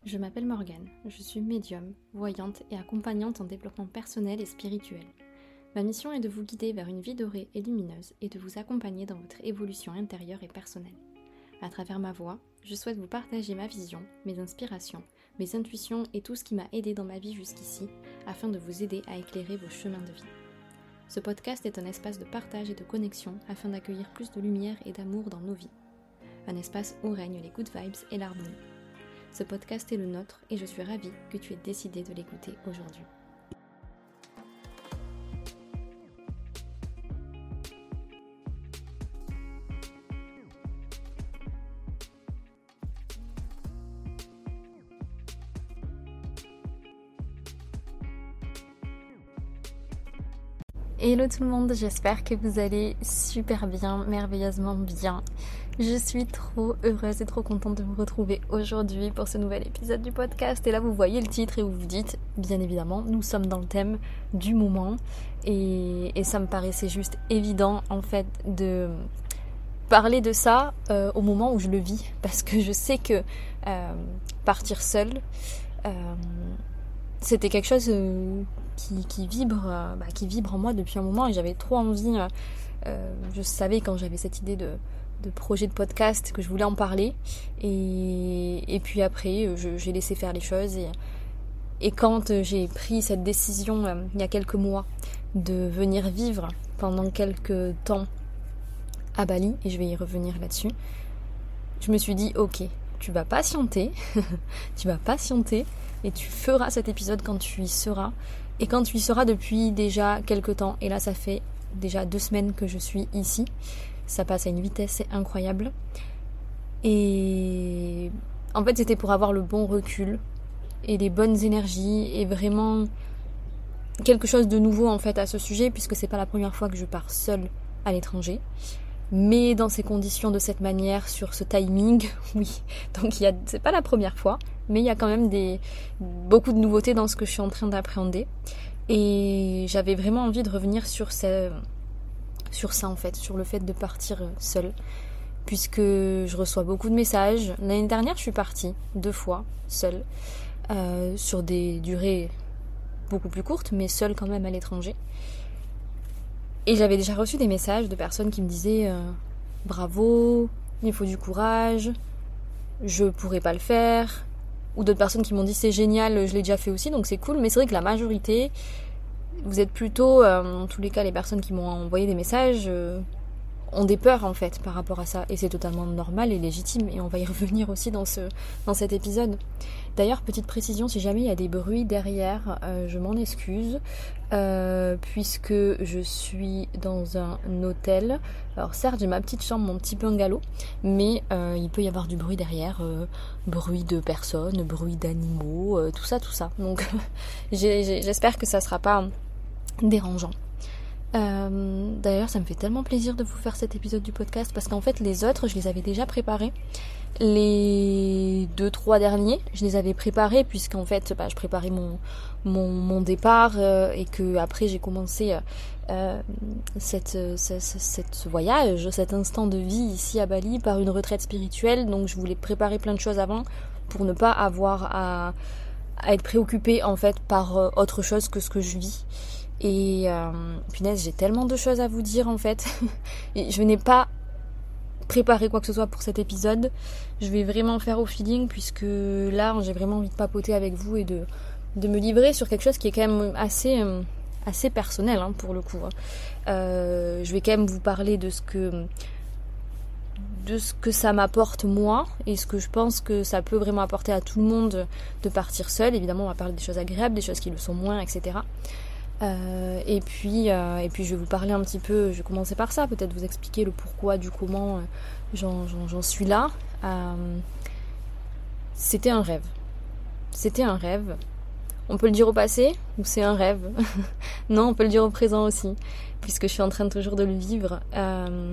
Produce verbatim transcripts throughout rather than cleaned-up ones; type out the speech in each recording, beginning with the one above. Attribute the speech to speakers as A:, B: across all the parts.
A: Je m'appelle Morgane, je suis médium, voyante et accompagnante en développement personnel et spirituel. Ma mission est de vous guider vers une vie dorée et lumineuse et de vous accompagner dans votre évolution intérieure et personnelle. À travers ma voix, je souhaite vous partager ma vision, mes inspirations, mes intuitions et tout ce qui m'a aidé dans ma vie jusqu'ici afin de vous aider à éclairer vos chemins de vie. Ce podcast est un espace de partage et de connexion afin d'accueillir plus de lumière et d'amour dans nos vies. Un espace où règnent les good vibes et l'harmonie. Ce podcast est le nôtre et je suis ravie que tu aies décidé de l'écouter aujourd'hui. Hello tout le monde, j'espère que vous allez super bien, merveilleusement bien. Je suis trop heureuse et trop contente de vous retrouver aujourd'hui pour ce nouvel épisode du podcast. Et là vous voyez le titre et vous vous dites, bien évidemment, nous sommes dans le thème du moment. Et, et ça me paraissait juste évident en fait de parler de ça euh, au moment où je le vis. Parce que je sais que euh, partir seule, euh, c'était quelque chose euh, qui, qui, vibre, euh, bah, qui vibre en moi depuis un moment. Et j'avais trop envie, euh, euh, je savais quand j'avais cette idée de... de projet de podcast que je voulais en parler et, et puis après je, j'ai laissé faire les choses et, et quand j'ai pris cette décision euh, il y a quelques mois de venir vivre pendant quelques temps à Bali, et je vais y revenir là-dessus, je me suis dit ok, tu vas patienter tu vas patienter et tu feras cet épisode quand tu y seras, et quand tu y seras depuis déjà quelques temps, et là ça fait déjà deux semaines que je suis ici. Ça passe à une vitesse incroyable. Et en fait, c'était pour avoir le bon recul et les bonnes énergies et vraiment quelque chose de nouveau en fait à ce sujet, puisque c'est pas la première fois que je pars seule à l'étranger. Mais dans ces conditions, de cette manière, sur ce timing, oui. Donc il y a, c'est pas la première fois, mais il y a quand même des, beaucoup de nouveautés dans ce que je suis en train d'appréhender. Et j'avais vraiment envie de revenir sur ces... sur ça en fait, sur le fait de partir seule, puisque je reçois beaucoup de messages. L'année dernière je suis partie deux fois seule, euh, sur des durées beaucoup plus courtes, mais seule quand même à l'étranger, et j'avais déjà reçu des messages de personnes qui me disaient euh, bravo, il faut du courage, je pourrais pas le faire, ou d'autres personnes qui m'ont dit c'est génial, je l'ai déjà fait aussi, donc c'est cool. Mais c'est vrai que la majorité, vous êtes plutôt, euh, en tous les cas, les personnes qui m'ont envoyé des messages euh, ont des peurs en fait par rapport à ça, et c'est totalement normal et légitime, et on va y revenir aussi dans ce dans cet épisode. D'ailleurs, petite précision, si jamais il y a des bruits derrière, euh, je m'en excuse, euh, puisque je suis dans un hôtel. Alors certes, j'ai ma petite chambre, mon petit bungalow, mais euh, il peut y avoir du bruit derrière, euh, bruit de personnes, bruit d'animaux, euh, tout ça, tout ça. Donc j'ai, j'ai, j'espère que ça sera pas dérangeant. Euh, d'ailleurs, ça me fait tellement plaisir de vous faire cet épisode du podcast, parce qu'en fait les autres, je les avais déjà préparés. Les deux trois derniers, je les avais préparés puisqu'en fait bah, je préparais mon mon, mon départ, euh, et que après j'ai commencé euh, cette, cette, cette, ce voyage, cet instant de vie ici à Bali par une retraite spirituelle. Donc je voulais préparer plein de choses avant pour ne pas avoir à, à être préoccupée en fait par euh, autre chose que ce que je vis. Et euh, punaise, j'ai tellement de choses à vous dire en fait. Et je n'ai pas préparé quoi que ce soit pour cet épisode. Je vais vraiment faire au feeling, puisque là j'ai vraiment envie de papoter avec vous et de, de me livrer sur quelque chose qui est quand même assez, assez personnel hein, pour le coup. Euh, je vais quand même vous parler de ce que de ce que ça m'apporte moi, et ce que je pense que ça peut vraiment apporter à tout le monde de partir seul. Évidemment on va parler des choses agréables, des choses qui le sont moins, et cetera. Euh, et puis euh, et puis je vais vous parler un petit peu, je vais commencer par ça, peut-être vous expliquer le pourquoi du comment euh, j'en, j'en, j'en suis là. Euh, c'était un rêve c'était un rêve on peut le dire au passé, ou c'est un rêve? Non, on peut le dire au présent aussi, puisque je suis en train toujours de le vivre. Euh,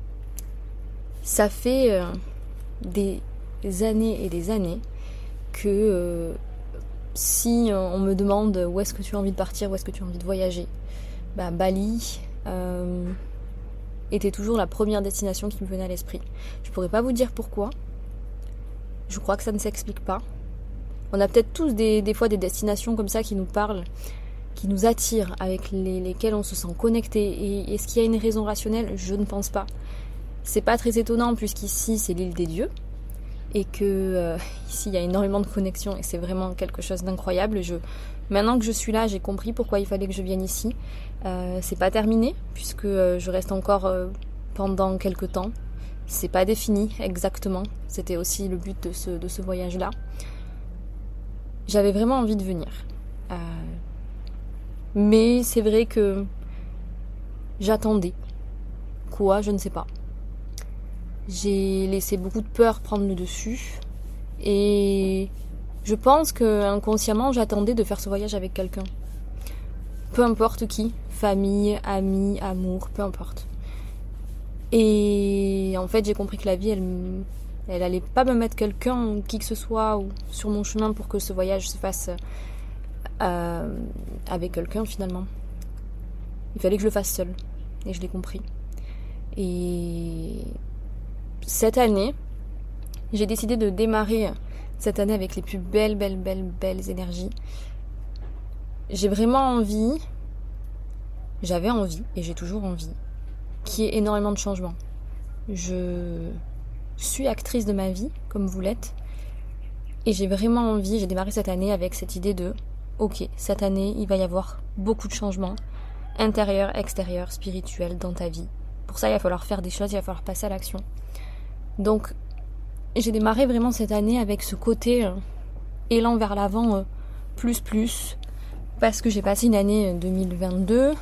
A: ça fait euh, des années et des années que euh, si on me demande où est-ce que tu as envie de partir, où est-ce que tu as envie de voyager, bah Bali euh, était toujours la première destination qui me venait à l'esprit. Je pourrais pas vous dire pourquoi. Je crois que ça ne s'explique pas. On a peut-être tous des, des fois des destinations comme ça qui nous parlent, qui nous attirent, avec les, lesquelles on se sent connecté. Et est-ce qu'il y a une raison rationnelle ? Je ne pense pas. C'est pas très étonnant puisqu'ici c'est l'île des dieux et que euh, ici il y a énormément de connexions et c'est vraiment quelque chose d'incroyable. Je, maintenant que je suis là, j'ai compris pourquoi il fallait que je vienne ici. Euh, c'est pas terminé puisque euh, je reste encore euh, pendant quelques temps. C'est pas défini exactement. C'était aussi le but de ce, de ce voyage-là. J'avais vraiment envie de venir. Euh, mais c'est vrai que j'attendais. Quoi, je ne sais pas. J'ai laissé beaucoup de peur prendre le dessus. Et je pense que inconsciemment, j'attendais de faire ce voyage avec quelqu'un. Peu importe qui. Famille, amis, amour, peu importe. Et en fait, j'ai compris que la vie, elle, elle allait pas me mettre quelqu'un, qui que ce soit, ou sur mon chemin pour que ce voyage se fasse euh, avec quelqu'un finalement. Il fallait que je le fasse seule. Et je l'ai compris. Et cette année, j'ai décidé de démarrer cette année avec les plus belles, belles, belles, belles énergies. J'ai vraiment envie, j'avais envie, et j'ai toujours envie, qu'il y ait énormément de changements. Je suis actrice de ma vie, comme vous l'êtes, et j'ai vraiment envie, j'ai démarré cette année avec cette idée de ok, cette année, il va y avoir beaucoup de changements, intérieurs, extérieurs, spirituels, dans ta vie. Pour ça, il va falloir faire des choses, il va falloir passer à l'action. Donc, j'ai démarré vraiment cette année avec ce côté euh, élan vers l'avant, euh, plus, plus, parce que j'ai passé une année deux mille vingt-deux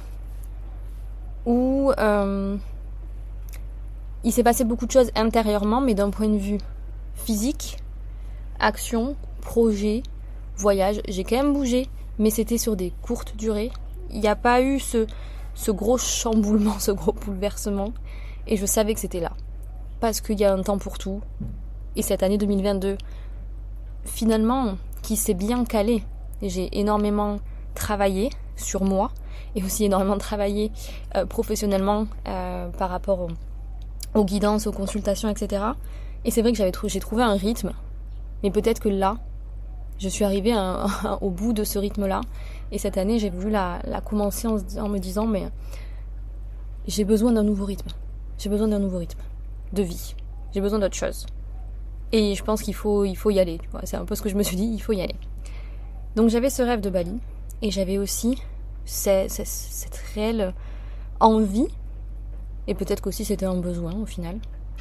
A: où euh, il s'est passé beaucoup de choses intérieurement, mais d'un point de vue physique, action, projet, voyage, j'ai quand même bougé, mais c'était sur des courtes durées. Il n'y a pas eu ce, ce gros chamboulement, ce gros bouleversement, et je savais que c'était là. Parce qu'il y a un temps pour tout, et cette année deux mille vingt-deux, finalement, qui s'est bien calée. J'ai énormément travaillé sur moi, et aussi énormément travaillé euh, professionnellement euh, par rapport aux, aux guidances, aux consultations, et cetera. Et c'est vrai que j'avais trou- j'ai trouvé un rythme, mais peut-être que là, je suis arrivée à un, au bout de ce rythme-là. Et cette année, j'ai voulu la, la commencer en, en me disant, mais j'ai besoin d'un nouveau rythme. J'ai besoin d'un nouveau rythme de vie. J'ai besoin d'autre chose. Et je pense qu'il faut, il faut y aller. Tu vois. C'est un peu ce que je me suis dit, il faut y aller. Donc j'avais ce rêve de Bali. Et j'avais aussi cette, cette, cette réelle envie, et peut-être qu'aussi c'était un besoin au final,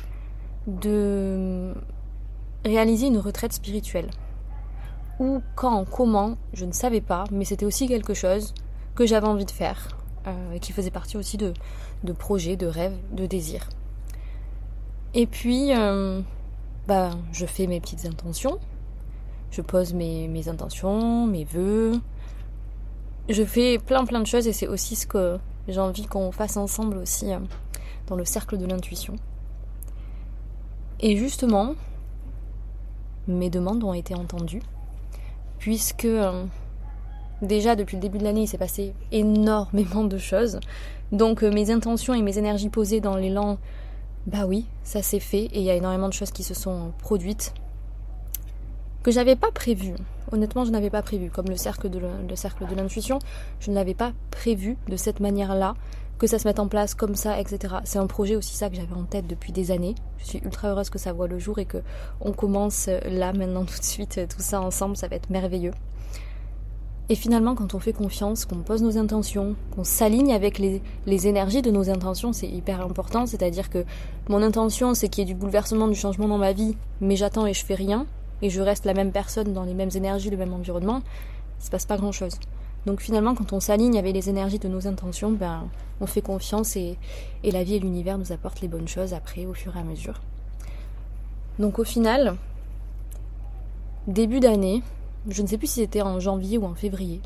A: de réaliser une retraite spirituelle. Où, quand, comment, je ne savais pas, mais c'était aussi quelque chose que j'avais envie de faire, euh, et qui faisait partie aussi de, de projets, de rêves, de désirs. Et puis, euh, bah, je fais mes petites intentions, je pose mes, mes intentions, mes vœux, je fais plein plein de choses, et c'est aussi ce que j'ai envie qu'on fasse ensemble aussi euh, dans le cercle de l'intuition. Et justement, mes demandes ont été entendues, puisque euh, déjà depuis le début de l'année il s'est passé énormément de choses, donc euh, mes intentions et mes énergies posées dans l'élan, bah oui, ça s'est fait, et il y a énormément de choses qui se sont produites que j'avais pas prévues. Honnêtement, je n'avais pas prévu, comme le cercle de, le cercle de l'intuition, je ne l'avais pas prévu de cette manière-là, que ça se mette en place comme ça, et cetera. C'est un projet aussi ça que j'avais en tête depuis des années. Je suis ultra heureuse que ça voit le jour et que on commence là, maintenant, tout de suite, tout ça ensemble, ça va être merveilleux. Et finalement, quand on fait confiance, qu'on pose nos intentions, qu'on s'aligne avec les, les énergies de nos intentions, c'est hyper important. C'est-à-dire que mon intention, c'est qu'il y ait du bouleversement, du changement dans ma vie, mais j'attends et je fais rien, et je reste la même personne dans les mêmes énergies, le même environnement, il se passe pas grand-chose. Donc finalement, quand on s'aligne avec les énergies de nos intentions, ben, on fait confiance et, et la vie et l'univers nous apportent les bonnes choses après, au fur et à mesure. Donc au final, début d'année, je ne sais plus si c'était en janvier ou en février,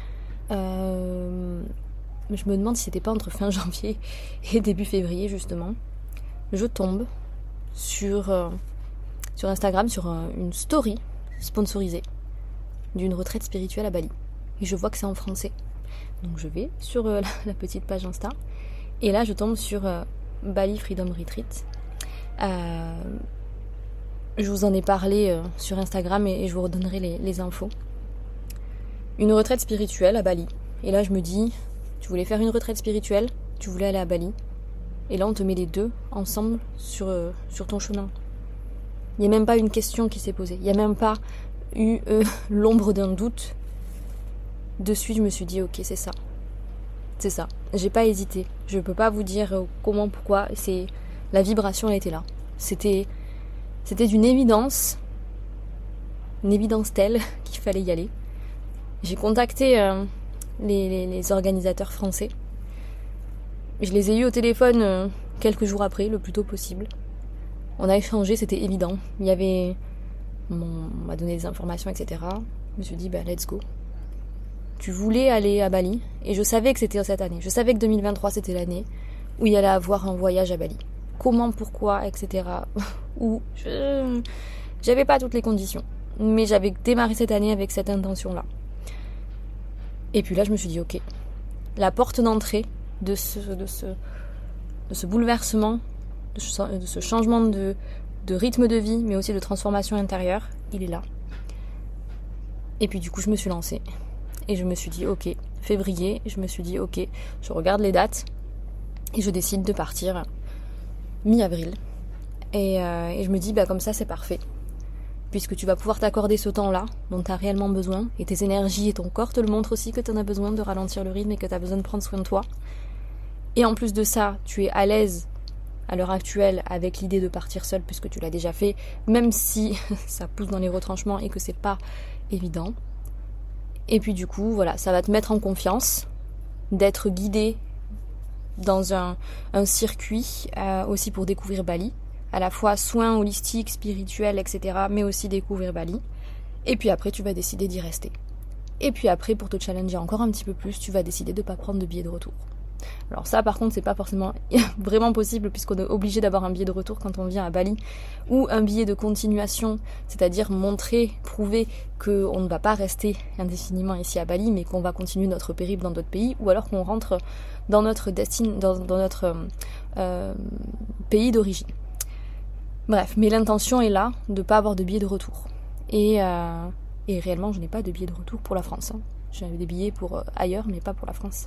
A: euh, je me demande si c'était pas entre fin janvier et début février justement, je tombe sur, euh, sur Instagram, sur euh, une story sponsorisée d'une retraite spirituelle à Bali. Et je vois que c'est en français. Donc je vais sur euh, la, la petite page Insta. Et là, je tombe sur euh, Bali Freedom Retreat. Euh, Je vous en ai parlé euh, sur Instagram et, et je vous redonnerai les, les infos. Une retraite spirituelle à Bali. Et là, je me dis, tu voulais faire une retraite spirituelle, tu voulais aller à Bali. Et là, on te met les deux ensemble sur, euh, sur ton chemin. Il n'y a même pas une question qui s'est posée. Il n'y a même pas eu euh, l'ombre d'un doute. De suite, je me suis dit, ok, c'est ça. C'est ça. J'ai pas hésité. Je peux pas vous dire euh, comment, pourquoi. C'est la vibration, elle était là. C'était, c'était d'une évidence, une évidence telle qu'il fallait y aller. J'ai contacté euh, les, les, les organisateurs français. Je les ai eus au téléphone euh, quelques jours après, le plus tôt possible. On a échangé, c'était évident. Il y avait... On m'a donné des informations, et cetera. Je me suis dit, bah, let's go. Tu voulais aller à Bali, et je savais que c'était cette année. Je savais que deux mille vingt-trois, c'était l'année où il y allait avoir un voyage à Bali. Comment, pourquoi, et cetera. Où je... J'avais pas toutes les conditions. Mais j'avais démarré cette année avec cette intention-là. Et puis là, je me suis dit, ok. La porte d'entrée de ce, de ce, de ce bouleversement, de ce, de ce changement de, de rythme de vie, mais aussi de transformation intérieure, il est là. Et puis du coup, je me suis lancée. Et je me suis dit, ok, février, je me suis dit, ok, je regarde les dates et je décide de partir mi-avril. Et, euh, et je me dis, bah comme ça, c'est parfait. Puisque tu vas pouvoir t'accorder ce temps-là dont tu as réellement besoin. Et tes énergies et ton corps te le montrent aussi que tu en as besoin de ralentir le rythme et que tu as besoin de prendre soin de toi. Et en plus de ça, tu es à l'aise à l'heure actuelle avec l'idée de partir seule puisque tu l'as déjà fait, même si ça pousse dans les retranchements et que c'est pas évident. Et puis du coup, voilà, ça va te mettre en confiance, d'être guidé dans un, un circuit euh, aussi pour découvrir Bali, à la fois soins holistiques, spirituels, et cetera, mais aussi découvrir Bali. Et puis après, tu vas décider d'y rester. Et puis après, pour te challenger encore un petit peu plus, tu vas décider de ne pas prendre de billet de retour. Alors ça, par contre, c'est pas forcément vraiment possible puisqu'on est obligé d'avoir un billet de retour quand on vient à Bali ou un billet de continuation, c'est-à-dire montrer, prouver qu'on ne va pas rester indéfiniment ici à Bali, mais qu'on va continuer notre périple dans d'autres pays, ou alors qu'on rentre dans notre destin, dans, dans notre euh, pays d'origine. Bref, mais l'intention est là de ne pas avoir de billet de retour. Et, euh, et réellement, je n'ai pas de billet de retour pour la France. Hein. J'avais des billets pour euh, ailleurs, mais pas pour la France.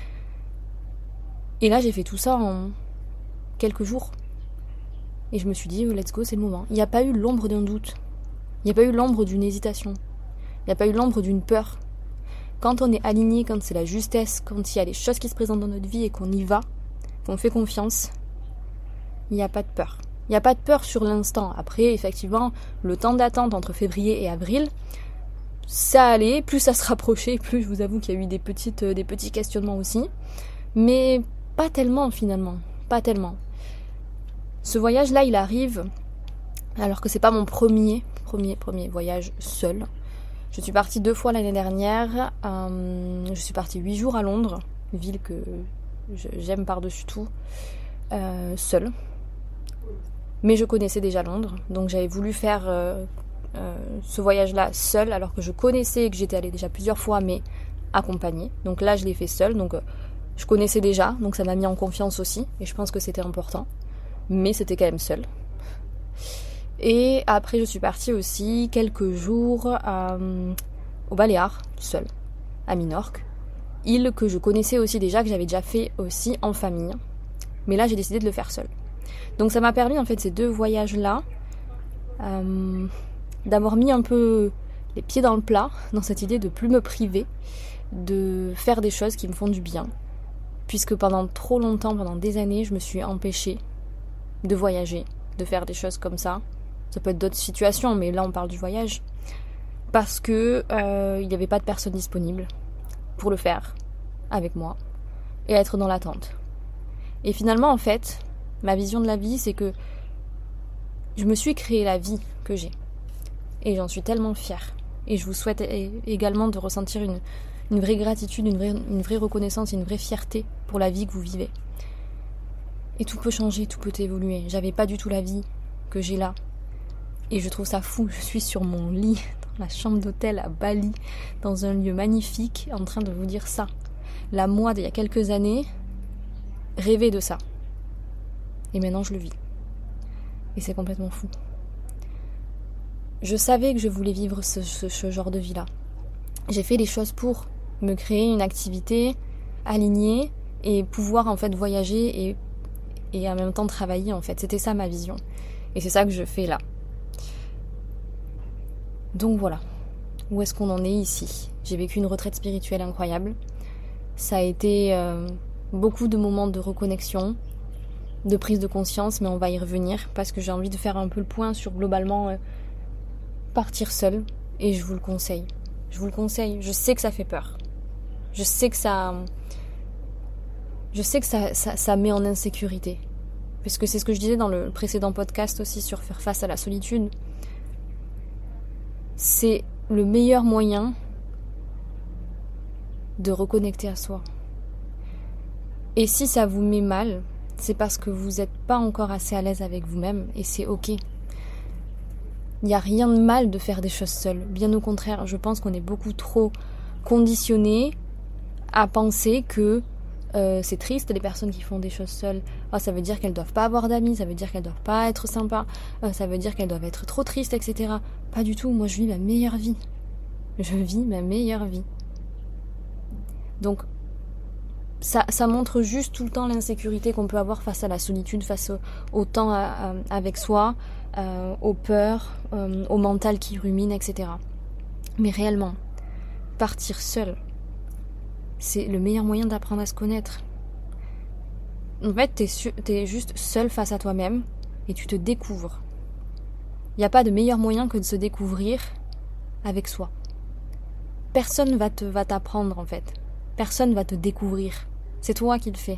A: Et là, j'ai fait tout ça en quelques jours. Et je me suis dit, oh, let's go, c'est le moment. Il n'y a pas eu l'ombre d'un doute. Il n'y a pas eu l'ombre d'une hésitation. Il n'y a pas eu l'ombre d'une peur. Quand on est aligné, quand c'est la justesse, quand il y a des choses qui se présentent dans notre vie et qu'on y va, qu'on fait confiance, il n'y a pas de peur. Il n'y a pas de peur sur l'instant. Après, effectivement, le temps d'attente entre février et avril, ça allait. Plus ça se rapprochait, plus je vous avoue qu'il y a eu des, petites, des petits questionnements aussi. Mais pas tellement finalement, pas tellement. Ce voyage-là, il arrive alors que c'est pas mon premier, premier, premier voyage seul. Je suis partie deux fois l'année dernière. Euh, je suis partie huit jours à Londres, ville que j'aime par-dessus tout, euh, seule. Mais je connaissais déjà Londres, donc j'avais voulu faire euh, euh, ce voyage-là seule, alors que je connaissais et que j'étais allée déjà plusieurs fois, mais accompagnée. Donc là, je l'ai fait seule, donc... Euh, je connaissais déjà, donc ça m'a mis en confiance aussi, et je pense que c'était important, mais c'était quand même seul. Et après, je suis partie aussi quelques jours euh, aux Baléares, seule, à Minorque, île que je connaissais aussi déjà, que j'avais déjà fait aussi en famille, mais là j'ai décidé de le faire seule. Donc ça m'a permis en fait ces deux voyages-là euh, d'avoir mis un peu les pieds dans le plat, dans cette idée de plus me priver, de faire des choses qui me font du bien. Puisque pendant trop longtemps, pendant des années, je me suis empêchée de voyager, de faire des choses comme ça. Ça peut être d'autres situations, mais là on parle du voyage. Parce que euh, il n'y avait pas de personne disponible pour le faire avec moi et être dans l'attente. Et finalement, en fait, ma vision de la vie, c'est que je me suis créé la vie que j'ai. Et j'en suis tellement fière. Et je vous souhaite également de ressentir une... une vraie gratitude, une vraie, une vraie reconnaissance, une vraie fierté pour la vie que vous vivez. Et tout peut changer, tout peut évoluer. J'avais pas du tout la vie que j'ai là. Et je trouve ça fou. Je suis sur mon lit, dans la chambre d'hôtel à Bali, dans un lieu magnifique, en train de vous dire ça. La moi d'il y a quelques années rêvait de ça. Et maintenant je le vis. Et c'est complètement fou. Je savais que je voulais vivre ce, ce, ce genre de vie-là. J'ai fait les choses pour me créer une activité alignée et pouvoir en fait voyager et, et en même temps travailler en fait. C'était ça ma vision. Et c'est ça que je fais là. Donc voilà. Où est-ce qu'on en est ici ? J'ai vécu une retraite spirituelle incroyable. Ça a été euh, beaucoup de moments de reconnexion, de prise de conscience, mais on va y revenir parce que j'ai envie de faire un peu le point sur globalement euh, partir seul, et je vous le conseille. Je vous le conseille. Je sais que ça fait peur. Je sais que ça, je sais que ça, ça, ça met en insécurité, puisque c'est ce que je disais dans le précédent podcast aussi sur faire face à la solitude. C'est le meilleur moyen de reconnecter à soi. Et si ça vous met mal, c'est parce que vous n'êtes pas encore assez à l'aise avec vous-même, et c'est ok. Il n'y a rien de mal de faire des choses seul. Bien au contraire, je pense qu'on est beaucoup trop conditionnés à penser que euh, c'est triste les personnes qui font des choses seules. Oh, ça veut dire qu'elles doivent pas avoir d'amis, ça veut dire qu'elles doivent pas être sympas, euh, ça veut dire qu'elles doivent être trop tristes, et cetera. Pas du tout, moi je vis ma meilleure vie. Je vis ma meilleure vie. Donc, ça, ça montre juste tout le temps l'insécurité qu'on peut avoir face à la solitude, face au, au temps à, à, avec soi, euh, aux peurs, euh, au mental qui rumine, et cetera. Mais réellement, partir seul, c'est le meilleur moyen d'apprendre à se connaître. En fait, t'es, su- t'es juste seul face à toi-même et tu te découvres. Il n'y a pas de meilleur moyen que de se découvrir avec soi. Personne va te, va t'apprendre en fait. Personne va te découvrir. C'est toi qui le fais.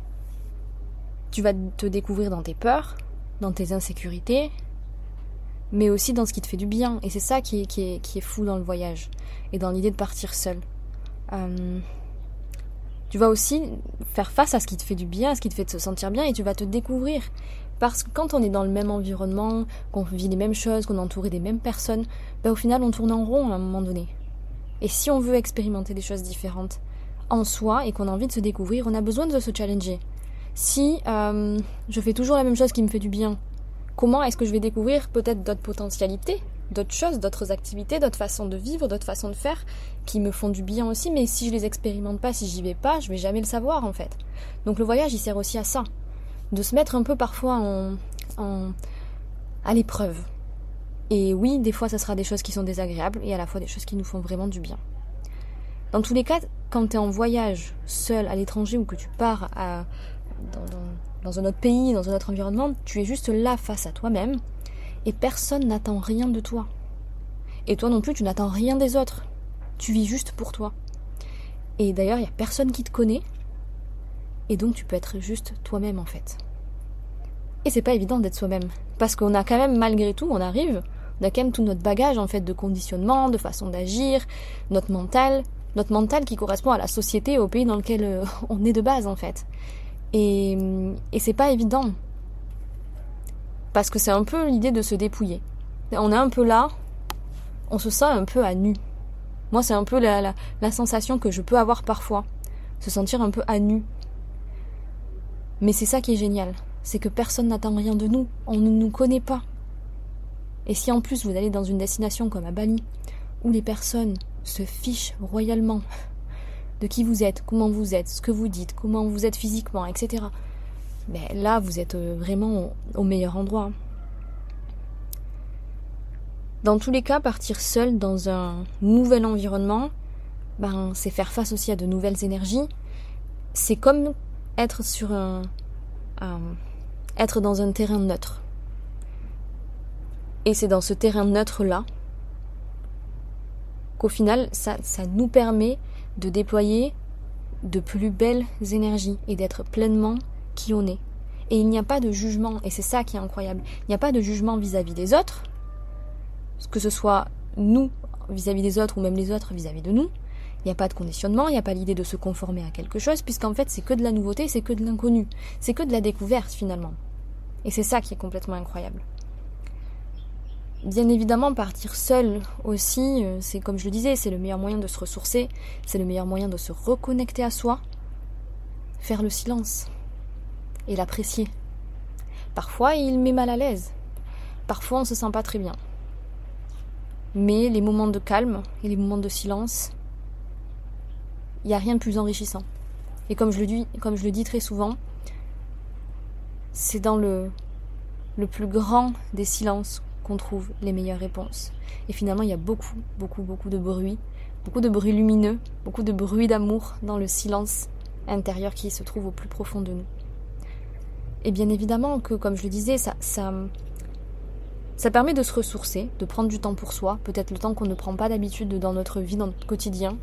A: Tu vas te découvrir dans tes peurs, dans tes insécurités, mais aussi dans ce qui te fait du bien. Et c'est ça qui est, qui est, qui est fou dans le voyage et dans l'idée de partir seul. Euh, tu vas aussi faire face à ce qui te fait du bien, à ce qui te fait te sentir bien, et tu vas te découvrir. Parce que quand on est dans le même environnement, qu'on vit les mêmes choses, qu'on est entouré des mêmes personnes, ben au final on tourne en rond à un moment donné. Et si on veut expérimenter des choses différentes en soi et qu'on a envie de se découvrir, on a besoin de se challenger. Si euh, je fais toujours la même chose qui me fait du bien, comment est-ce que je vais découvrir peut-être d'autres potentialités, d'autres choses, d'autres activités, d'autres façons de vivre, d'autres façons de faire qui me font du bien aussi, mais si je les expérimente pas, si j'y vais pas, je vais jamais le savoir en fait. Donc le voyage il sert aussi à ça, de se mettre un peu parfois en, en, à l'épreuve. Et oui, des fois ça sera des choses qui sont désagréables et à la fois des choses qui nous font vraiment du bien. Dans tous les cas, quand tu es en voyage seul à l'étranger ou que tu pars à, dans, dans, dans un autre pays, dans un autre environnement, tu es juste là face à toi-même et personne n'attend rien de toi. Et toi non plus, tu n'attends rien des autres. Tu vis juste pour toi. Et d'ailleurs, il n'y a personne qui te connaît et donc tu peux être juste toi-même en fait. Et c'est pas évident d'être soi-même parce qu'on a quand même, malgré tout, on arrive, on a quand même tout notre bagage en fait de conditionnement, de façon d'agir, notre mental, notre mental qui correspond à la société, au pays dans lequel euh, on est de base en fait. Et, et c'est pas évident. Parce que c'est un peu l'idée de se dépouiller. On est un peu là, on se sent un peu à nu. Moi c'est un peu la, la, la sensation que je peux avoir parfois. Se sentir un peu à nu. Mais c'est ça qui est génial. C'est que personne n'attend rien de nous. On ne nous connaît pas. Et si en plus vous allez dans une destination comme à Bali, où les personnes se fichent royalement de qui vous êtes, comment vous êtes, ce que vous dites, comment vous êtes physiquement, et cetera. Ben là, vous êtes vraiment au, au meilleur endroit. Dans tous les cas, partir seul dans un nouvel environnement, ben, c'est faire face aussi à de nouvelles énergies. C'est comme être sur un, un être dans un terrain neutre. Et c'est dans ce terrain neutre-là qu'au final, ça, ça nous permet de déployer de plus belles énergies et d'être pleinement qui on est. Et il n'y a pas de jugement, et c'est ça qui est incroyable. Il n'y a pas de jugement vis-à-vis des autres, que ce soit nous vis-à-vis des autres ou même les autres vis-à-vis de nous. Il n'y a pas de conditionnement, il n'y a pas l'idée de se conformer à quelque chose, puisqu'en fait c'est que de la nouveauté, c'est que de l'inconnu, c'est que de la découverte finalement. Et c'est ça qui est complètement incroyable. Bien évidemment, partir seul aussi, c'est comme je le disais, c'est le meilleur moyen de se ressourcer, c'est le meilleur moyen de se reconnecter à soi, faire le silence et l'apprécier. Parfois, il met mal à l'aise. Parfois, on se sent pas très bien. Mais les moments de calme et les moments de silence, il n'y a rien de plus enrichissant. Et comme je le dis, comme je le dis très souvent, c'est dans le, le plus grand des silences qu'on trouve les meilleures réponses. Et finalement, il y a beaucoup, beaucoup, beaucoup de bruit, beaucoup de bruit lumineux, beaucoup de bruit d'amour dans le silence intérieur qui se trouve au plus profond de nous. Et bien évidemment que, comme je le disais, ça, ça, ça permet de se ressourcer, de prendre du temps pour soi, peut-être le temps qu'on ne prend pas d'habitude dans notre vie, dans notre quotidien,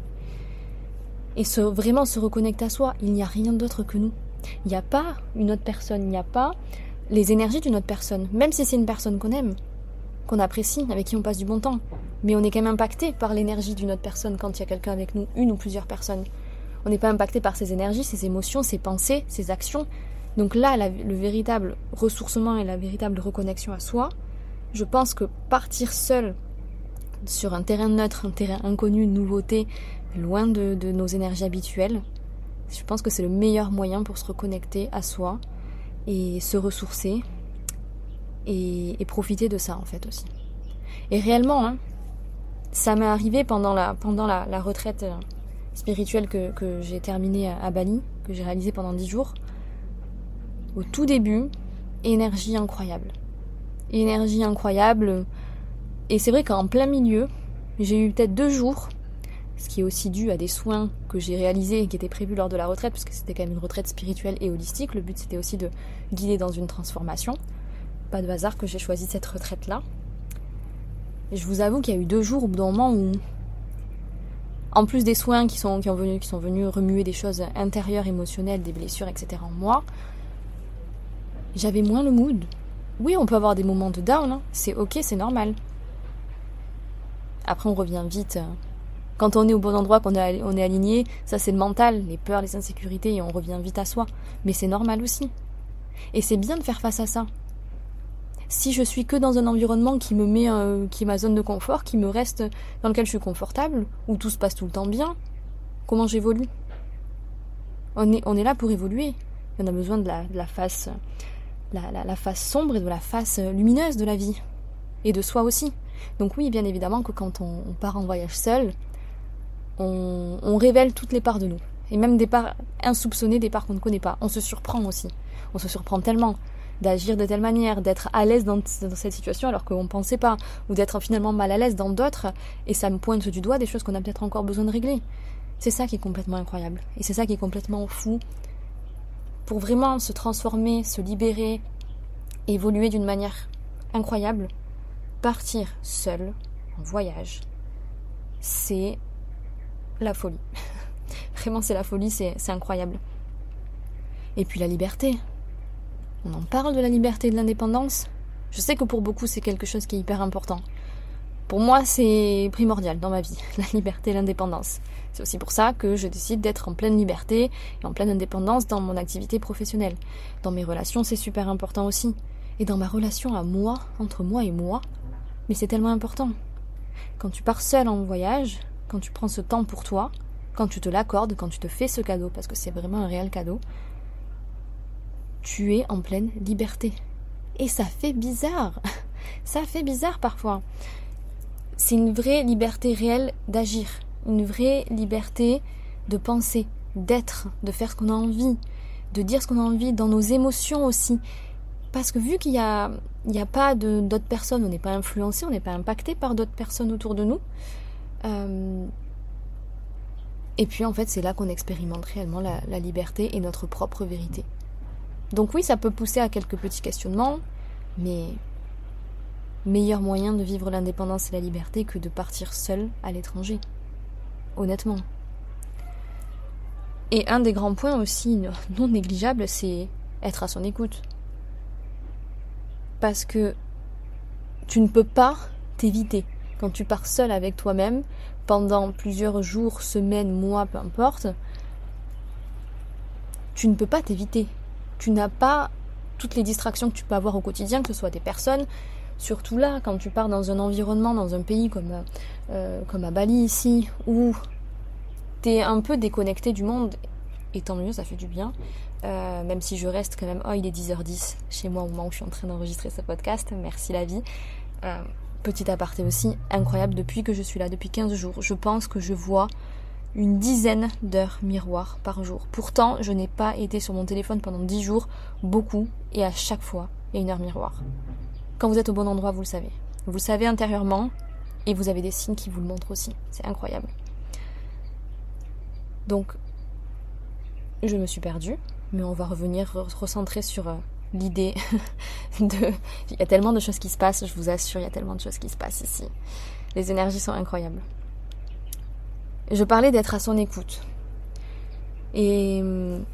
A: et se, vraiment se reconnecter à soi. Il n'y a rien d'autre que nous. Il n'y a pas une autre personne, il n'y a pas les énergies d'une autre personne, même si c'est une personne qu'on aime, qu'on apprécie, avec qui on passe du bon temps. Mais on est quand même impacté par l'énergie d'une autre personne quand il y a quelqu'un avec nous, une ou plusieurs personnes. On n'est pas impacté par ses énergies, ses émotions, ses pensées, ses actions. Donc là, la, le véritable ressourcement et la véritable reconnexion à soi, je pense que partir seul sur un terrain neutre, un terrain inconnu, une nouveauté, loin de, de nos énergies habituelles, je pense que c'est le meilleur moyen pour se reconnecter à soi et se ressourcer et, et profiter de ça en fait aussi. Et réellement, hein, ça m'est arrivé pendant la, pendant la, la retraite spirituelle que, que j'ai terminée à, à Bali, que j'ai réalisée pendant dix jours. Au tout début, énergie incroyable. Énergie incroyable. Et c'est vrai qu'en plein milieu, j'ai eu peut-être deux jours, ce qui est aussi dû à des soins que j'ai réalisés et qui étaient prévus lors de la retraite, parce que c'était quand même une retraite spirituelle et holistique. Le but, c'était aussi de guider dans une transformation. Pas de hasard que j'ai choisi cette retraite-là. Et je vous avoue qu'il y a eu deux jours au bout d'un moment où, en plus des soins qui sont, qui, ont venu, qui sont venus remuer des choses intérieures, émotionnelles, des blessures, et cetera en moi, j'avais moins le mood. Oui, on peut avoir des moments de down, hein. C'est ok, c'est normal. Après, on revient vite. Quand on est au bon endroit, qu'on est, on est aligné, ça c'est le mental, les peurs, les insécurités, et on revient vite à soi. Mais c'est normal aussi. Et c'est bien de faire face à ça. Si je suis que dans un environnement qui me met, euh, qui est ma zone de confort, qui me reste, dans lequel je suis confortable, où tout se passe tout le temps bien, comment j'évolue ? On est, on est là pour évoluer. On a besoin de la, de la face, la, la, la face sombre et de la face lumineuse de la vie. Et de soi aussi. Donc oui, bien évidemment que quand on, on part en voyage seul, on, on révèle toutes les parts de nous. Et même des parts insoupçonnées, des parts qu'on ne connaît pas. On se surprend aussi. On se surprend tellement d'agir de telle manière, d'être à l'aise dans, dans cette situation alors qu'on ne pensait pas, ou d'être finalement mal à l'aise dans d'autres, et ça me pointe du doigt des choses qu'on a peut-être encore besoin de régler. C'est ça qui est complètement incroyable. Et c'est ça qui est complètement fou. Pour vraiment se transformer, se libérer, évoluer d'une manière incroyable, partir seul, en voyage, c'est la folie. Vraiment, c'est la folie, c'est, c'est incroyable. Et puis la liberté. On en parle de la liberté et de l'indépendance. Je sais que pour beaucoup, c'est quelque chose qui est hyper important. Pour moi, c'est primordial dans ma vie, la liberté et l'indépendance. C'est aussi pour ça que je décide d'être en pleine liberté et en pleine indépendance dans mon activité professionnelle. Dans mes relations, c'est super important aussi. Et dans ma relation à moi, entre moi et moi, mais c'est tellement important. Quand tu pars seul en voyage, quand tu prends ce temps pour toi, quand tu te l'accordes, quand tu te fais ce cadeau, parce que c'est vraiment un réel cadeau, tu es en pleine liberté. Et ça fait bizarre. Ça fait bizarre parfois. C'est une vraie liberté réelle d'agir. Une vraie liberté de penser, d'être, de faire ce qu'on a envie, de dire ce qu'on a envie, dans nos émotions aussi. Parce que vu qu'il n'y a, il y a pas de, d'autres personnes, on n'est pas influencé, on n'est pas impacté par d'autres personnes autour de nous. Euh, et puis en fait, c'est là qu'on expérimente réellement la, la liberté et notre propre vérité. Donc oui, ça peut pousser à quelques petits questionnements, mais meilleur moyen de vivre l'indépendance et la liberté que de partir seul à l'étranger. Honnêtement. Et un des grands points aussi non négligeables, c'est être à son écoute. Parce que tu ne peux pas t'éviter. Quand tu pars seul avec toi-même, pendant plusieurs jours, semaines, mois, peu importe, tu ne peux pas t'éviter. Tu n'as pas toutes les distractions que tu peux avoir au quotidien, que ce soit des personnes, surtout là, quand tu pars dans un environnement, dans un pays comme, euh, comme à Bali ici, où tu es un peu déconnecté du monde, et tant mieux, ça fait du bien, euh, même si je reste quand même, oh il est dix heures dix chez moi au moment où je suis en train d'enregistrer ce podcast, merci la vie. Euh, petit aparté aussi, incroyable, depuis que je suis là, depuis quinze jours, je pense que je vois une dizaine d'heures miroirs par jour. Pourtant, je n'ai pas été sur mon téléphone pendant dix jours, beaucoup, et à chaque fois, il y a une heure miroir. Quand vous êtes au bon endroit, vous le savez. Vous le savez intérieurement, et vous avez des signes qui vous le montrent aussi. C'est incroyable. Donc, je me suis perdue, mais on va revenir recentrer sur euh, l'idée de... Il y a tellement de choses qui se passent, je vous assure, il y a tellement de choses qui se passent ici. Les énergies sont incroyables. Je parlais d'être à son écoute. Et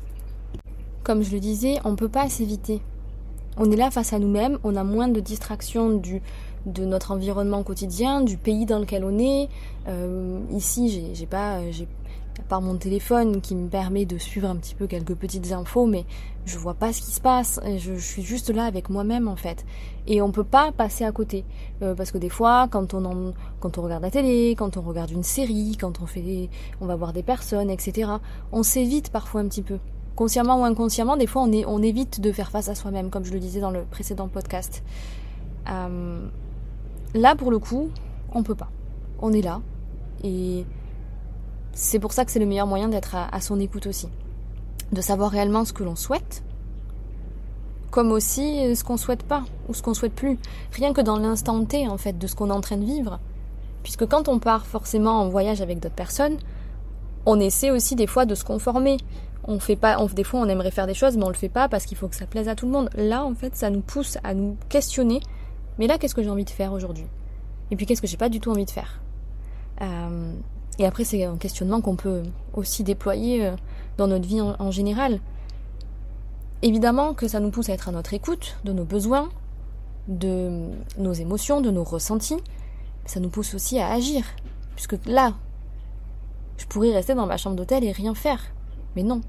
A: comme je le disais, on ne peut pas s'éviter. On est là face à nous-mêmes, on a moins de distractions du, de notre environnement quotidien, du pays dans lequel on est. Euh, ici, j'ai, j'ai pas, j'ai, à part mon téléphone qui me permet de suivre un petit peu quelques petites infos, mais je vois pas ce qui se passe. Je, je suis juste là avec moi-même en fait. Et on peut pas passer à côté. Euh, parce que des fois, quand on, en, quand on regarde la télé, quand on regarde une série, quand on fait des, on va voir des personnes, et cetera, on s'évite parfois un petit peu. Consciemment ou inconsciemment, des fois on, est, on évite de faire face à soi-même, comme je le disais dans le précédent podcast. Euh, là, pour le coup, on peut pas. On est là. Et c'est pour ça que c'est le meilleur moyen d'être à, à son écoute aussi. De savoir réellement ce que l'on souhaite, comme aussi ce qu'on souhaite pas, ou ce qu'on souhaite plus. Rien que dans l'instant T, en fait, de ce qu'on est en train de vivre. Puisque quand on part forcément en voyage avec d'autres personnes, on essaie aussi des fois de se conformer. On fait pas, on, des fois on aimerait faire des choses, mais on le fait pas parce qu'il faut que ça plaise à tout le monde. Là, en fait, ça nous pousse à nous questionner. Mais là, qu'est-ce que j'ai envie de faire aujourd'hui ? Et puis, qu'est-ce que j'ai pas du tout envie de faire ? euh, Et après, c'est un questionnement qu'on peut aussi déployer dans notre vie en, en général. Évidemment que ça nous pousse à être à notre écoute de nos besoins, de nos émotions, de nos ressentis. Ça nous pousse aussi à agir. Puisque là, je pourrais rester dans ma chambre d'hôtel et rien faire. Mais non.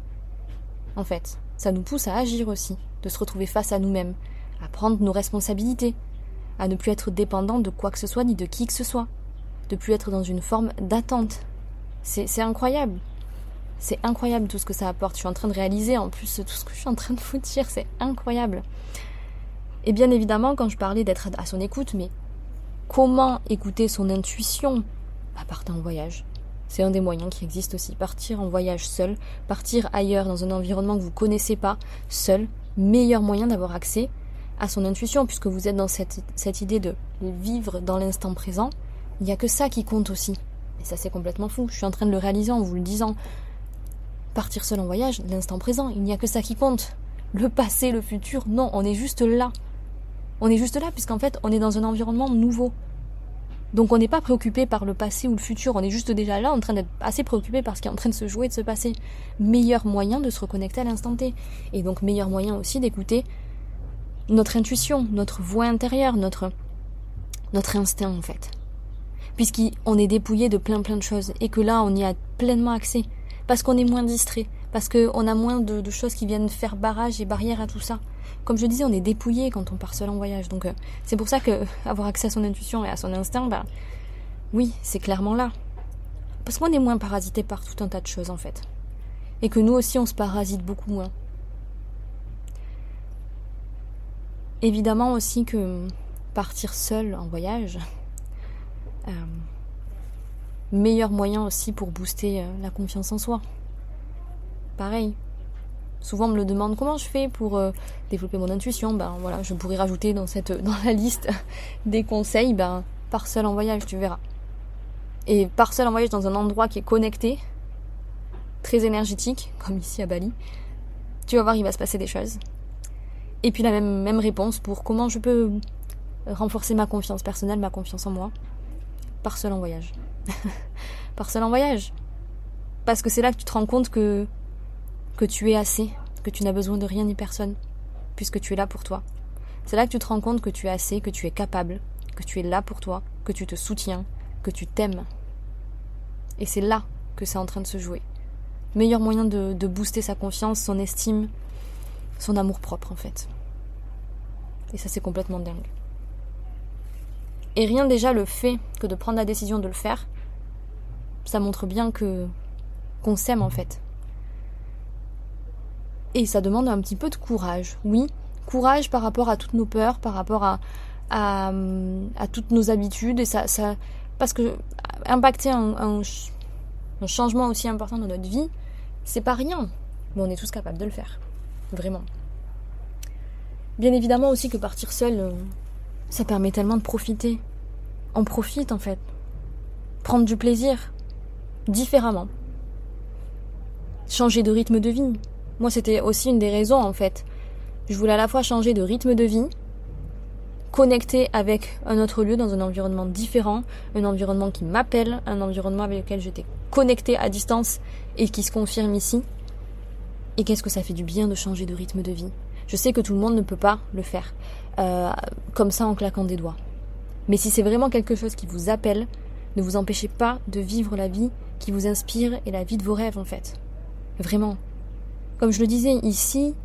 A: En fait, ça nous pousse à agir aussi, de se retrouver face à nous-mêmes, à prendre nos responsabilités, à ne plus être dépendant de quoi que ce soit ni de qui que ce soit, de plus être dans une forme d'attente. C'est, c'est incroyable. C'est incroyable tout ce que ça apporte. Je suis en train de réaliser en plus tout ce que je suis en train de vous dire. C'est incroyable. Et bien évidemment, quand je parlais d'être à son écoute, mais comment écouter son intuition ? Bah, partez en voyage. C'est un des moyens qui existe aussi. Partir en voyage seul, partir ailleurs dans un environnement que vous ne connaissez pas, seul, meilleur moyen d'avoir accès à son intuition, puisque vous êtes dans cette, cette idée de vivre dans l'instant présent. Il n'y a que ça qui compte aussi. Et ça, c'est complètement fou. Je suis en train de le réaliser en vous le disant. Partir seul en voyage, l'instant présent, il n'y a que ça qui compte. Le passé, le futur, non, on est juste là. On est juste là, puisqu'en fait, on est dans un environnement nouveau. Donc on n'est pas préoccupé par le passé ou le futur, on est juste déjà là en train d'être assez préoccupé par ce qui est en train de se jouer et de se passer. Meilleur moyen de se reconnecter à l'instant T. Et donc meilleur moyen aussi d'écouter notre intuition, notre voix intérieure, notre, notre instinct en fait. Puisqu'on est dépouillé de plein plein de choses et que là on y a pleinement accès. Parce qu'on est moins distrait, parce qu'on a moins de, de choses qui viennent faire barrage et barrière à tout ça. Comme je disais, on est dépouillé quand on part seul en voyage. Donc euh, c'est pour ça que avoir accès à son intuition et à son instinct, bah oui, c'est clairement là. Parce qu'on est moins parasité par tout un tas de choses en fait. Et que nous aussi, on se parasite beaucoup moins. Évidemment aussi que partir seul en voyage, euh, meilleur moyen aussi pour booster euh, la confiance en soi. Pareil. Souvent on me le demande comment je fais pour euh, développer mon intuition. Ben voilà, je pourrais rajouter dans cette dans la liste des conseils, ben pars seul en voyage, tu verras. Et pars seul en voyage dans un endroit qui est connecté, très énergétique, comme ici à Bali. Tu vas voir, il va se passer des choses. Et puis la même même réponse pour comment je peux renforcer ma confiance personnelle, ma confiance en moi. Pars seul en voyage. Pars seul en voyage. Parce que c'est là que tu te rends compte que que tu es assez, que tu n'as besoin de rien ni personne, puisque tu es là pour toi. C'est là que tu te rends compte que tu es assez, que tu es capable, que tu es là pour toi, que tu te soutiens, que tu t'aimes. Et c'est là que c'est en train de se jouer. Meilleur moyen de, de booster sa confiance, son estime, son amour-propre en fait. Et ça c'est complètement dingue. Et rien déjà le fait que de prendre la décision de le faire, ça montre bien que qu'on s'aime en fait. Et ça demande un petit peu de courage, oui. Courage par rapport à toutes nos peurs, par rapport à, à, à toutes nos habitudes, et ça, ça parce que impacter un, un, un changement aussi important dans notre vie, c'est pas rien, mais on est tous capables de le faire, vraiment. Bien évidemment aussi que partir seul, ça permet tellement de profiter. On profite en fait. Prendre du plaisir, différemment. Changer de rythme de vie. Moi, c'était aussi une des raisons en fait. Je voulais à la fois changer de rythme de vie, connecter avec un autre lieu dans un environnement différent, un environnement qui m'appelle, un environnement avec lequel j'étais connectée à distance et qui se confirme ici. Et qu'est-ce que ça fait du bien de changer de rythme de vie. Je sais que tout le monde ne peut pas le faire euh, comme ça en claquant des doigts. Mais si c'est vraiment quelque chose qui vous appelle, ne vous empêchez pas de vivre la vie qui vous inspire et la vie de vos rêves en fait. Vraiment. Comme je le disais ici,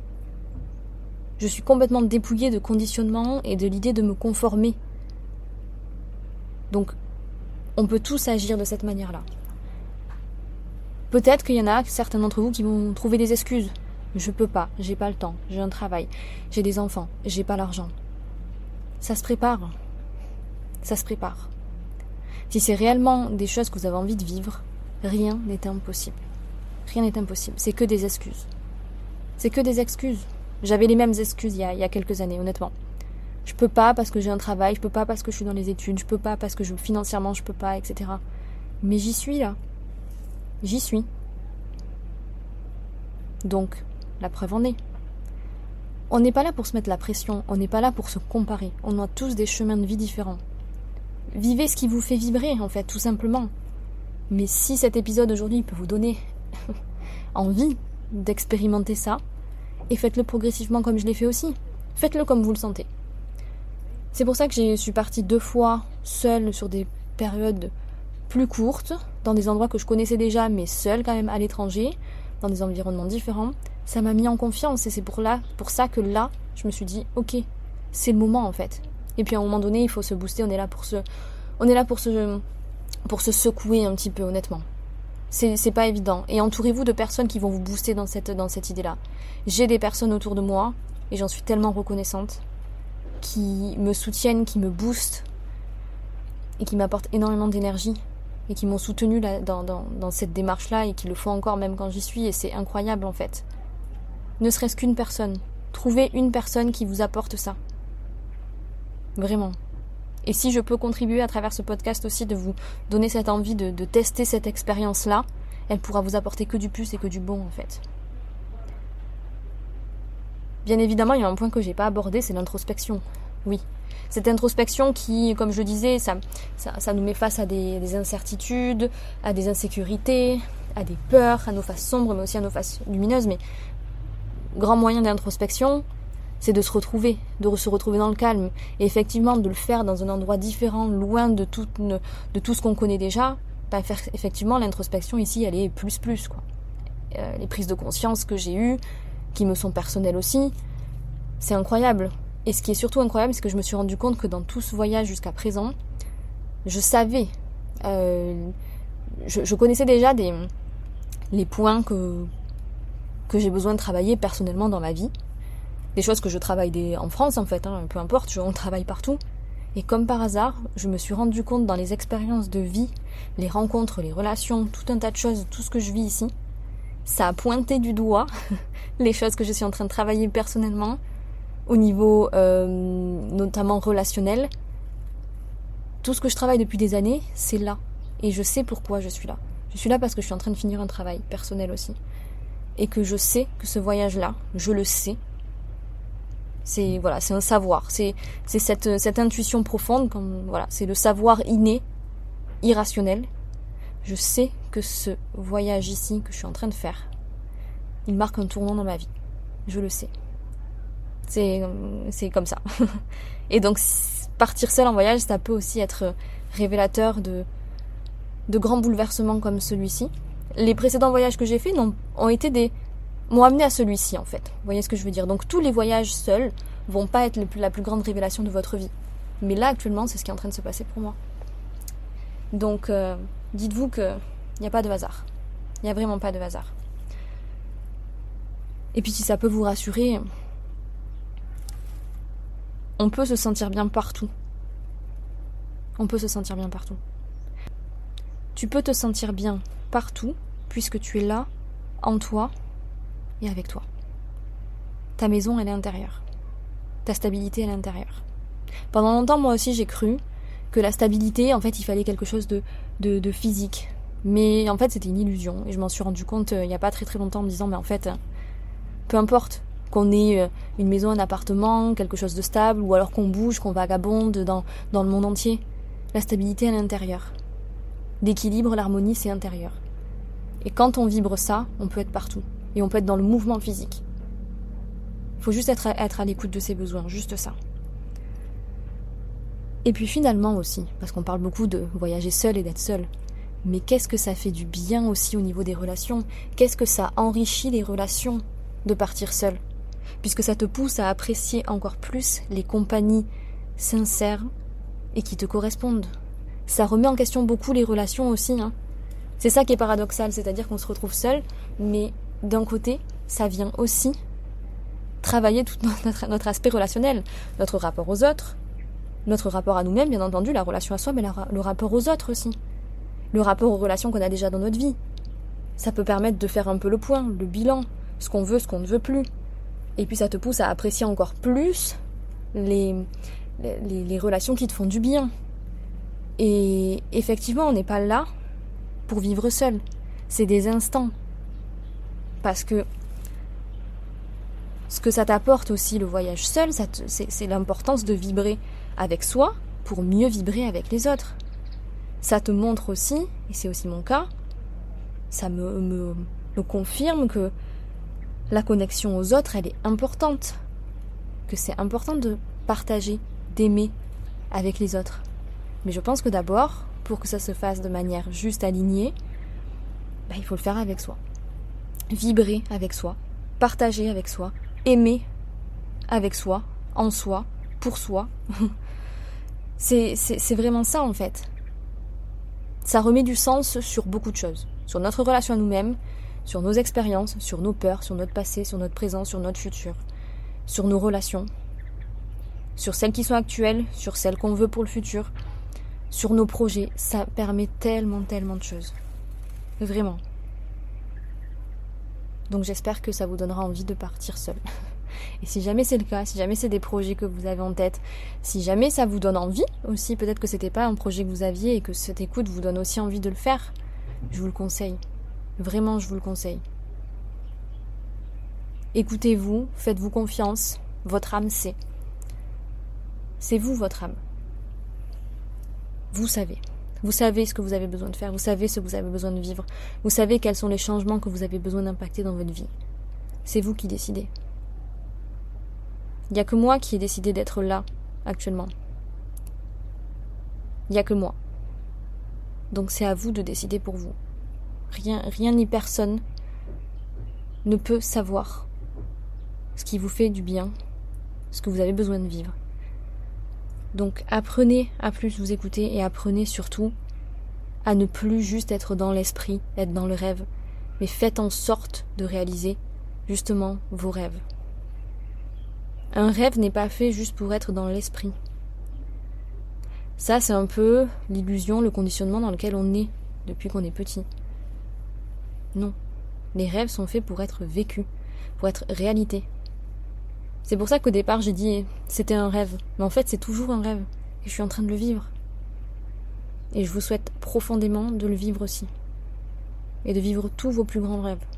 A: je suis complètement dépouillée de conditionnement et de l'idée de me conformer. Donc, on peut tous agir de cette manière-là. Peut-être qu'il y en a certains d'entre vous qui vont trouver des excuses. Je peux pas, j'ai pas le temps, j'ai un travail, j'ai des enfants, j'ai pas l'argent. Ça se prépare. Ça se prépare. Si c'est réellement des choses que vous avez envie de vivre, rien n'est impossible. Rien n'est impossible. C'est que des excuses. C'est que des excuses. J'avais les mêmes excuses il y a, il y a quelques années, honnêtement. Je peux pas parce que j'ai un travail, je peux pas parce que je suis dans les études, je peux pas parce que je, financièrement je peux pas, et cetera. Mais j'y suis là. J'y suis. Donc, la preuve en est. On n'est pas là pour se mettre la pression, on n'est pas là pour se comparer. On a tous des chemins de vie différents. Vivez ce qui vous fait vibrer, en fait, tout simplement. Mais si cet épisode aujourd'hui peut vous donner envie d'expérimenter ça, et faites-le progressivement comme je l'ai fait aussi. Faites-le comme vous le sentez. C'est pour ça que je suis partie deux fois seule sur des périodes plus courtes, dans des endroits que je connaissais déjà, mais seule quand même à l'étranger, dans des environnements différents. Ça m'a mis en confiance et c'est pour, là, pour ça que là, je me suis dit, ok, c'est le moment en fait. Et puis à un moment donné, il faut se booster, on est là pour se, on est là pour se, pour se secouer un petit peu, honnêtement. C'est, c'est pas évident. Et entourez-vous de personnes qui vont vous booster dans cette, dans cette idée-là. J'ai des personnes autour de moi, et j'en suis tellement reconnaissante, qui me soutiennent, qui me boostent, et qui m'apportent énormément d'énergie, et qui m'ont soutenue là, dans, dans, dans cette démarche-là, et qui le font encore même quand j'y suis, et c'est incroyable en fait. Ne serait-ce qu'une personne. Trouvez une personne qui vous apporte ça. Vraiment. Et si je peux contribuer à travers ce podcast aussi de vous donner cette envie de, de tester cette expérience-là, elle pourra vous apporter que du plus et que du bon en fait. Bien évidemment, il y a un point que j'ai pas abordé, c'est l'introspection. Oui. Cette introspection qui, comme je le disais, ça, ça, ça nous met face à des, des incertitudes, à des insécurités, à des peurs, à nos faces sombres, mais aussi à nos faces lumineuses. Mais grand moyen d'introspection, c'est de se retrouver, de se retrouver dans le calme. Et effectivement, de le faire dans un endroit différent, loin de tout, de tout ce qu'on connaît déjà. Bah, faire, effectivement, l'introspection ici, elle est plus plus, quoi. Euh, les prises de conscience que j'ai eues, qui me sont personnelles aussi, c'est incroyable. Et ce qui est surtout incroyable, c'est que je me suis rendu compte que dans tout ce voyage jusqu'à présent, je savais, euh, je, je connaissais déjà des, les points que, que j'ai besoin de travailler personnellement dans ma vie. Des choses que je travaille des, en France en fait, hein, peu importe, je, on travaille partout. Et comme par hasard, je me suis rendu compte dans les expériences de vie, les rencontres, les relations, tout un tas de choses, tout ce que je vis ici, ça a pointé du doigt les choses que je suis en train de travailler personnellement, au niveau euh, notamment relationnel. Tout ce que je travaille depuis des années, c'est là. Et je sais pourquoi je suis là. Je suis là parce que je suis en train de finir un travail personnel aussi. Et que je sais que ce voyage-là, je le sais, c'est voilà, c'est un savoir, c'est c'est cette cette intuition profonde, comme voilà, c'est le savoir inné, irrationnel. Je sais que ce voyage ici que je suis en train de faire, il marque un tournant dans ma vie. Je le sais. C'est c'est comme ça. Et donc partir seul en voyage, ça peut aussi être révélateur de de grands bouleversements comme celui-ci. Les précédents voyages que j'ai faits non, ont été des m'ont amené à celui-ci en fait. Vous voyez ce que je veux dire? Donc tous les voyages seuls vont pas être le plus, la plus grande révélation de votre vie. Mais là actuellement, c'est ce qui est en train de se passer pour moi. Donc euh, dites-vous que il n'y a pas de hasard. Il n'y a vraiment pas de hasard. Et puis si ça peut vous rassurer, on peut se sentir bien partout. On peut se sentir bien partout. Tu peux te sentir bien partout puisque tu es là, en toi et avec toi. Ta maison, elle est intérieure. Ta stabilité, elle est intérieure. Pendant longtemps, moi aussi, j'ai cru que la stabilité, en fait, il fallait quelque chose de, de, de physique. Mais en fait, c'était une illusion. Et je m'en suis rendu compte euh, il n'y a pas très très longtemps en me disant, mais en fait, euh, peu importe qu'on ait euh, une maison, un appartement, quelque chose de stable, ou alors qu'on bouge, qu'on vagabonde dans, dans le monde entier, la stabilité, elle est intérieure. L'équilibre, l'harmonie, c'est intérieur. Et quand on vibre ça, on peut être partout. Et on peut être dans le mouvement physique. Il faut juste être à, être à l'écoute de ses besoins, juste ça. Et puis finalement aussi, parce qu'on parle beaucoup de voyager seul et d'être seul, mais qu'est-ce que ça fait du bien aussi au niveau des relations? Qu'est-ce que ça enrichit les relations de partir seul? Puisque ça te pousse à apprécier encore plus les compagnies sincères et qui te correspondent. Ça remet en question beaucoup les relations aussi, hein. C'est ça qui est paradoxal, c'est-à-dire qu'on se retrouve seul, mais d'un côté, ça vient aussi travailler tout notre, notre aspect relationnel, notre rapport aux autres, notre rapport à nous-mêmes, bien entendu, la relation à soi, mais la, le rapport aux autres aussi. Le rapport aux relations qu'on a déjà dans notre vie. Ça peut permettre de faire un peu le point, le bilan, ce qu'on veut, ce qu'on ne veut plus. Et puis ça te pousse à apprécier encore plus les, les, les relations qui te font du bien. Et effectivement, on n'est pas là pour vivre seul. C'est des instants. Parce que ce que ça t'apporte aussi, le voyage seul, ça te, c'est, c'est l'importance de vibrer avec soi pour mieux vibrer avec les autres. Ça te montre aussi, et c'est aussi mon cas, ça me, me, me confirme que la connexion aux autres, elle est importante. Que c'est important de partager, d'aimer avec les autres. Mais je pense que d'abord, pour que ça se fasse de manière juste alignée, bah, il faut le faire avec soi. Vibrer avec soi, partager avec soi, aimer avec soi, en soi, pour soi. c'est, c'est, c'est vraiment ça en fait. Ça remet du sens sur beaucoup de choses. Sur notre relation à nous-mêmes, sur nos expériences, sur nos peurs, sur notre passé, sur notre présent, sur notre futur, sur nos relations, sur celles qui sont actuelles, sur celles qu'on veut pour le futur, sur nos projets. Ça permet tellement, tellement de choses. Vraiment. Donc j'espère que ça vous donnera envie de partir seul. Et si jamais c'est le cas, si jamais c'est des projets que vous avez en tête, si jamais ça vous donne envie aussi, peut-être que c'était pas un projet que vous aviez et que cette écoute vous donne aussi envie de le faire, je vous le conseille. Vraiment, je vous le conseille. Écoutez-vous, faites-vous confiance, votre âme sait. C'est vous, votre âme. Vous savez. Vous savez ce que vous avez besoin de faire, vous savez ce que vous avez besoin de vivre, vous savez quels sont les changements que vous avez besoin d'impacter dans votre vie. C'est vous qui décidez. Il n'y a que moi qui ai décidé d'être là, actuellement. Il n'y a que moi. Donc c'est à vous de décider pour vous. Rien, rien ni personne ne peut savoir ce qui vous fait du bien, ce que vous avez besoin de vivre. Donc apprenez à plus vous écouter et apprenez surtout à ne plus juste être dans l'esprit, être dans le rêve, mais faites en sorte de réaliser justement vos rêves. Un rêve n'est pas fait juste pour être dans l'esprit. Ça, c'est un peu l'illusion, le conditionnement dans lequel on est depuis qu'on est petit. Non. Les rêves sont faits pour être vécus, pour être réalité. C'est pour ça qu'au départ, j'ai dit c'était un rêve. Mais en fait, c'est toujours un rêve. Et je suis en train de le vivre. Et je vous souhaite profondément de le vivre aussi. Et de vivre tous vos plus grands rêves.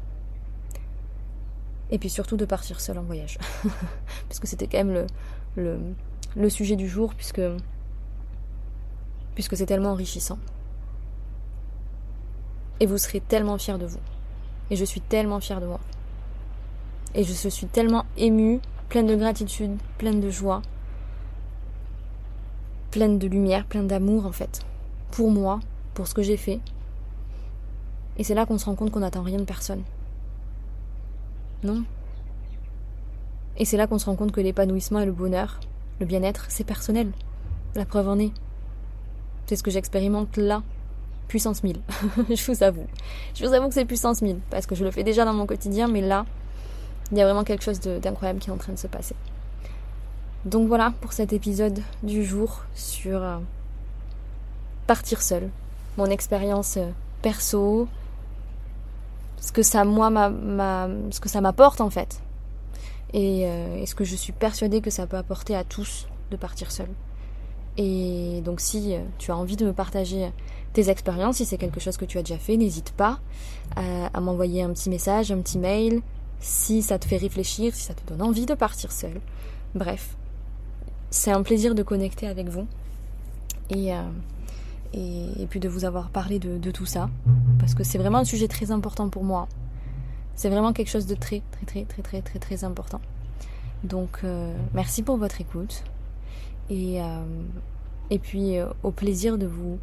A: Et puis surtout de partir seul en voyage. Parce que c'était quand même le, le, le sujet du jour, puisque, puisque c'est tellement enrichissant. Et vous serez tellement fiers de vous. Et je suis tellement fière de moi. Et je suis tellement émue, pleine de gratitude, pleine de joie, pleine de lumière, pleine d'amour en fait. Pour moi, pour ce que j'ai fait. Et c'est là qu'on se rend compte qu'on n'attend rien de personne. Non. Et c'est là qu'on se rend compte que l'épanouissement et le bonheur, le bien-être, c'est personnel. La preuve en est. C'est ce que j'expérimente là. Puissance mille. Je vous avoue. Je vous avoue que c'est puissance mille. Parce que je le fais déjà dans mon quotidien, mais là, il y a vraiment quelque chose de, d'incroyable qui est en train de se passer. Donc voilà pour cet épisode du jour sur euh, partir seule, mon expérience euh, perso, ce que ça moi m'a, m'a, ce que ça m'apporte en fait, et, euh, et ce que je suis persuadée que ça peut apporter à tous de partir seule. Et donc si euh, tu as envie de me partager tes expériences, si c'est quelque chose que tu as déjà fait, n'hésite pas à, à m'envoyer un petit message, un petit mail, si ça te fait réfléchir, si ça te donne envie de partir seule. Bref, c'est un plaisir de connecter avec vous et, euh, et, et puis de vous avoir parlé de, de tout ça, parce que c'est vraiment un sujet très important pour moi. C'est vraiment quelque chose de très très très très très très très important. Donc euh, merci pour votre écoute et, euh, et puis euh, au plaisir de vous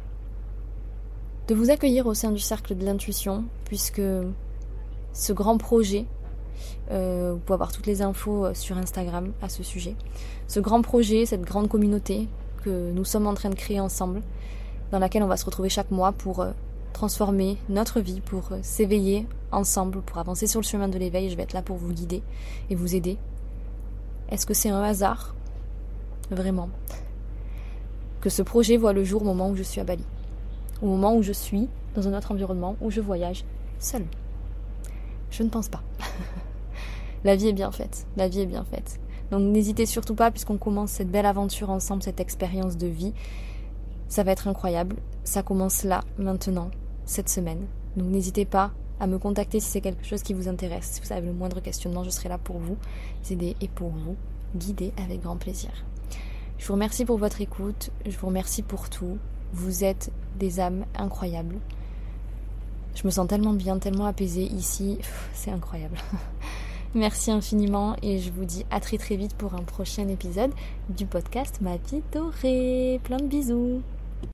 A: de vous accueillir au sein du cercle de l'intuition, puisque ce grand projet, euh, vous pouvez avoir toutes les infos sur Instagram à ce sujet, ce grand projet, cette grande communauté que nous sommes en train de créer ensemble, dans laquelle on va se retrouver chaque mois pour euh, transformer notre vie, pour euh, s'éveiller ensemble, pour avancer sur le chemin de l'éveil. Je vais être là pour vous guider et vous aider. Est-ce que c'est un hasard ? Vraiment. Que ce projet voit le jour au moment où je suis à Bali, au moment où je suis dans un autre environnement, où je voyage seule. Je ne pense pas. La vie est bien faite, la vie est bien faite. Donc n'hésitez surtout pas, puisqu'on commence cette belle aventure ensemble, cette expérience de vie. Ça va être incroyable. Ça commence là, maintenant, cette semaine. Donc n'hésitez pas à me contacter si c'est quelque chose qui vous intéresse. Si vous avez le moindre questionnement, je serai là pour vous aider et pour vous guider avec grand plaisir. Je vous remercie pour votre écoute, je vous remercie pour tout. Vous êtes des âmes incroyables. Je me sens tellement bien, tellement apaisée ici, c'est incroyable. Merci infiniment et je vous dis à très très vite pour un prochain épisode du podcast Ma vie dorée. Plein de bisous.